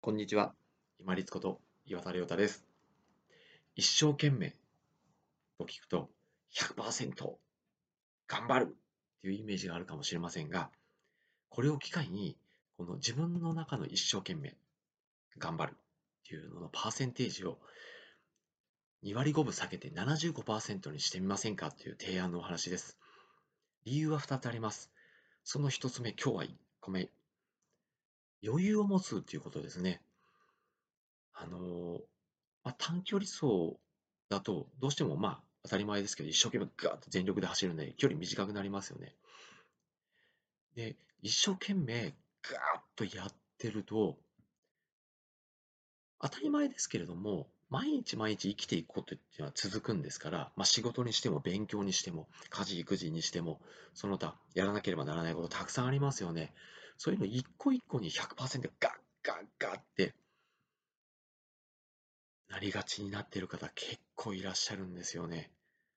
こんにちは。今立こと岩田亮太です。一生懸命と聞くと100%頑張るっていうイメージがあるかもしれませんが、これを機会にこの自分の中の一生懸命頑張るっていうののパーセンテージを2割5分下げて75%にしてみませんかという提案のお話です。理由は2つあります。その1つ目、今日は1個目、余裕を持つということですね。あの短距離走だと、どうしても当たり前ですけど、一生懸命ガーッと全力で走るので、距離短くなりますよね。で、一生懸命ガーッとやってると、当たり前ですけれども、毎日毎日生きていくことっていうのは続くんですから、仕事にしても勉強にしても、家事育児にしても、その他やらなければならないことたくさんありますよね。そういうの一個一個に100%ガッガッガッってなりがちになっている方結構いらっしゃるんですよね。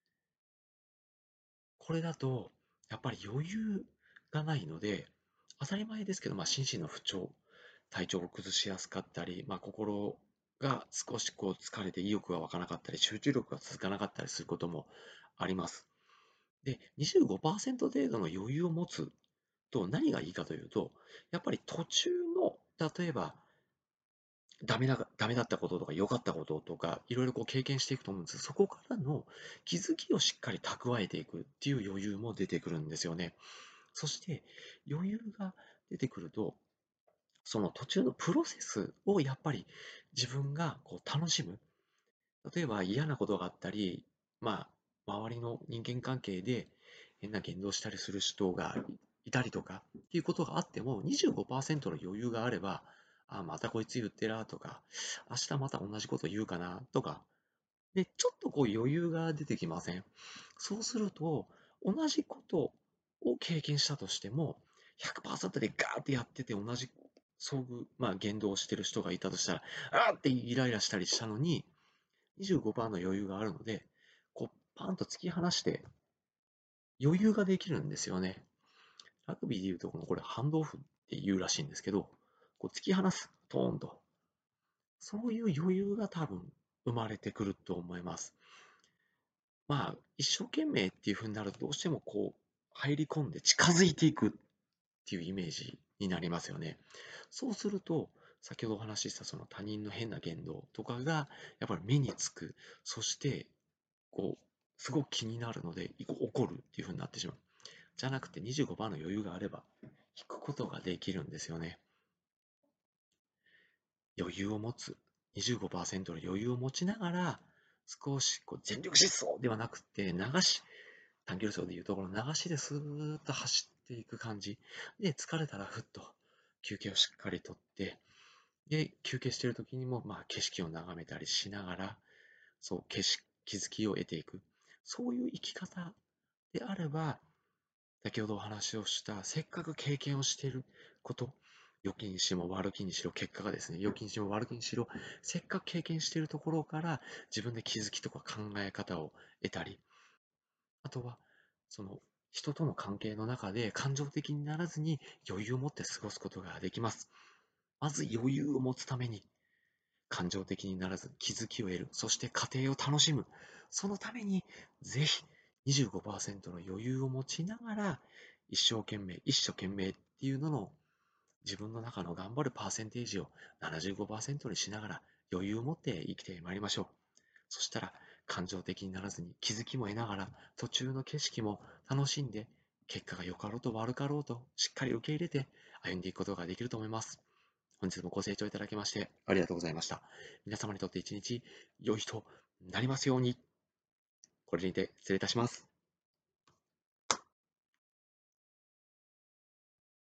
これだと、やっぱり余裕がないので、当たり前ですけど、心身の不調、体調を崩しやすかったり、心が少し疲れて意欲が湧かなかったり、集中力が続かなかったりすることもあります。で、25%程度の余裕を持つと何がいいかというと、やっぱり途中の、例えばダメだったこととか良かったこととか、いろいろ経験していくと思うんです。そこからの気づきをしっかり蓄えていくっていう余裕も出てくるんですよね。そして余裕が出てくると、その途中のプロセスをやっぱり自分が楽しむ。例えば嫌なことがあったり、周りの人間関係で変な言動したりする人がいたりとかっていうことがあっても、25%の余裕があれば、またこいつ言ってらとか、明日また同じこと言うかなとか、で、ちょっと余裕が出てきません？そうすると、同じことを経験したとしても、100%でガーってやってて同じ遭遇、言動をしてる人がいたとしたら、あーってイライラしたりしたのに、25%の余裕があるので、パンと突き放して余裕ができるんですよね。ラグビーでいうと、これ、ハンドオフって言うらしいんですけど、突き放す、トーンと。そういう余裕が多分生まれてくると思います。一生懸命っていう風になると、どうしても入り込んで近づいていくっていうイメージになりますよね。そうすると、先ほどお話ししたその他人の変な言動とかが、やっぱり目につく。そして、すごく気になるので、怒るっていう風になってしまう。じゃなくて25%の余裕があれば、引くことができるんですよね。余裕を持つ。25%の余裕を持ちながら、少し全力疾走ではなくて、短距離走でいうところ流しでスーッと走っていく感じ。で、疲れたらふっと休憩をしっかりとって、で、休憩している時にも、景色を眺めたりしながら、気づきを得ていく。そういう生き方であれば、先ほどお話をした、せっかく経験をしていること、良きにしろ悪きにしろ、結果がですね、良きにしろ悪きにしろ、せっかく経験しているところから自分で気づきとか考え方を得たり、あとは、その人との関係の中で感情的にならずに余裕を持って過ごすことができます。まず余裕を持つために感情的にならず気づきを得る。そして家庭を楽しむ。そのためにぜひ25%の余裕を持ちながら一生懸命っていうのの自分の中の頑張るパーセンテージを75%にしながら余裕を持って生きてまいりましょう。そしたら感情的にならずに気づきも得ながら途中の景色も楽しんで結果が良かろうと悪かろうとしっかり受け入れて歩んでいくことができると思います。本日もご清聴いただきましてありがとうございました。皆様にとって一日良い日となりますように。これにて失礼いたします。